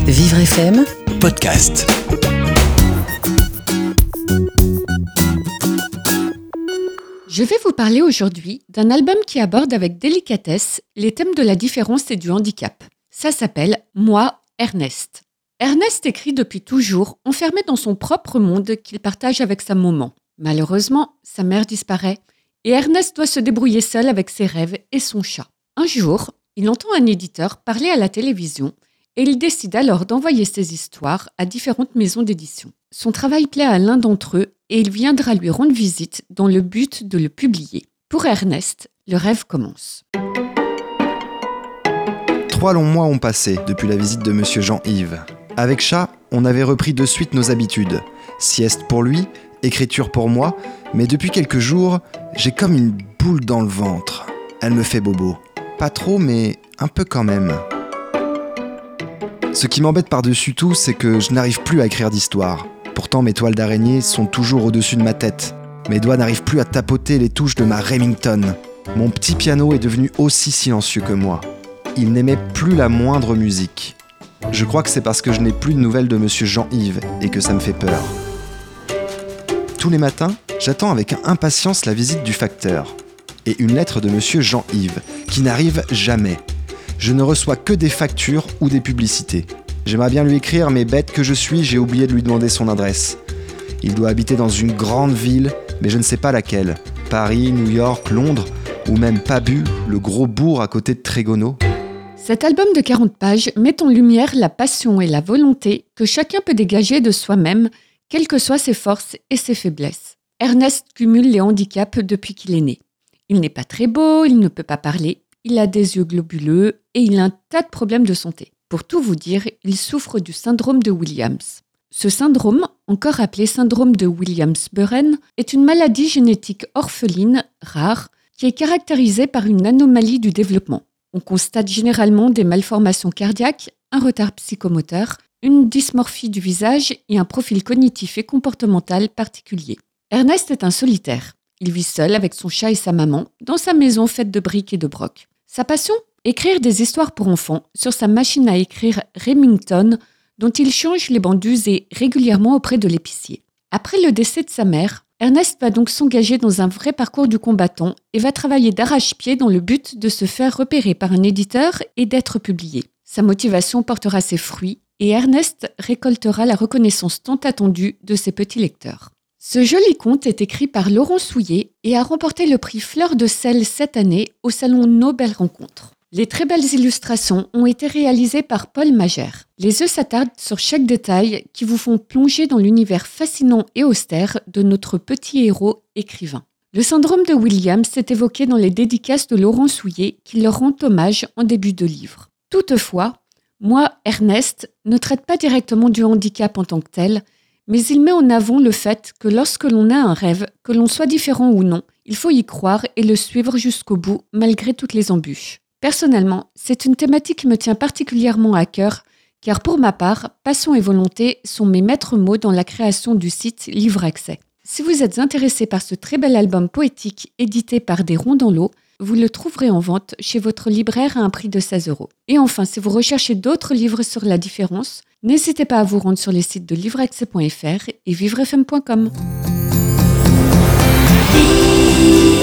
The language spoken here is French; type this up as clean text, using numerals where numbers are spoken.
Vivre FM Podcast. Je vais vous parler aujourd'hui d'un album qui aborde avec délicatesse les thèmes de la différence et du handicap. Ça s'appelle « Moi, Ernest ». Ernest écrit depuis toujours, enfermé dans son propre monde qu'il partage avec sa maman. Malheureusement, sa mère disparaît et Ernest doit se débrouiller seul avec ses rêves et son chat. Un jour, il entend un éditeur parler à la télévision et il décide alors d'envoyer ses histoires à différentes maisons d'édition. Son travail plaît à l'un d'entre eux et il viendra lui rendre visite dans le but de le publier. Pour Ernest, le rêve commence. 3 longs mois ont passé depuis la visite de Monsieur Jean-Yves. Avec Chat, on avait repris de suite nos habitudes. Sieste pour lui, écriture pour moi, mais depuis quelques jours, j'ai comme une boule dans le ventre. Elle me fait bobo. Pas trop, mais un peu quand même. Ce qui m'embête par-dessus tout, c'est que je n'arrive plus à écrire d'histoire. Pourtant, mes toiles d'araignée sont toujours au-dessus de ma tête. Mes doigts n'arrivent plus à tapoter les touches de ma Remington. Mon petit piano est devenu aussi silencieux que moi. Il n'aimait plus la moindre musique. Je crois que c'est parce que je n'ai plus de nouvelles de Monsieur Jean-Yves et que ça me fait peur. Tous les matins, j'attends avec impatience la visite du facteur et une lettre de Monsieur Jean-Yves qui n'arrive jamais. Je ne reçois que des factures ou des publicités. J'aimerais bien lui écrire, mais bête que je suis, j'ai oublié de lui demander son adresse. Il doit habiter dans une grande ville, mais je ne sais pas laquelle. Paris, New York, Londres, ou même Pabu, le gros bourg à côté de Trégono. Cet album de 40 pages met en lumière la passion et la volonté que chacun peut dégager de soi-même, quelles que soient ses forces et ses faiblesses. Ernest cumule les handicaps depuis qu'il est né. Il n'est pas très beau, il ne peut pas parler, il a des yeux globuleux et il a un tas de problèmes de santé. Pour tout vous dire, il souffre du syndrome de Williams. Ce syndrome, encore appelé syndrome de Williams-Buren, est une maladie génétique orpheline, rare, qui est caractérisée par une anomalie du développement. On constate généralement des malformations cardiaques, un retard psychomoteur, une dysmorphie du visage et un profil cognitif et comportemental particulier. Ernest est un solitaire. Il vit seul avec son chat et sa maman dans sa maison faite de briques et de brocs. Sa passion ? Écrire des histoires pour enfants sur sa machine à écrire Remington, dont il change les bandes usées régulièrement auprès de l'épicier. Après le décès de sa mère, Ernest va donc s'engager dans un vrai parcours du combattant et va travailler d'arrache-pied dans le but de se faire repérer par un éditeur et d'être publié. Sa motivation portera ses fruits et Ernest récoltera la reconnaissance tant attendue de ses petits lecteurs. Ce joli conte est écrit par Laurent Souillet et a remporté le prix Fleur de Sel cette année au salon Nos Belles Rencontres. Les très belles illustrations ont été réalisées par Paul Magère. Les yeux s'attardent sur chaque détail qui vous font plonger dans l'univers fascinant et austère de notre petit héros écrivain. Le syndrome de Williams est évoqué dans les dédicaces de Laurent Souillet qui leur rend hommage en début de livre. Toutefois, Moi, Ernest ne traite pas directement du handicap en tant que tel, mais il met en avant le fait que lorsque l'on a un rêve, que l'on soit différent ou non, il faut y croire et le suivre jusqu'au bout malgré toutes les embûches. Personnellement, c'est une thématique qui me tient particulièrement à cœur, car pour ma part, passion et volonté sont mes maîtres mots dans la création du site Livre Accès. Si vous êtes intéressé par ce très bel album poétique édité par Des Ronds dans l'eau, vous le trouverez en vente chez votre libraire à un prix de 16 €. Et enfin, si vous recherchez d'autres livres sur la différence, n'hésitez pas à vous rendre sur les sites de livreaccès.fr et vivrefm.com.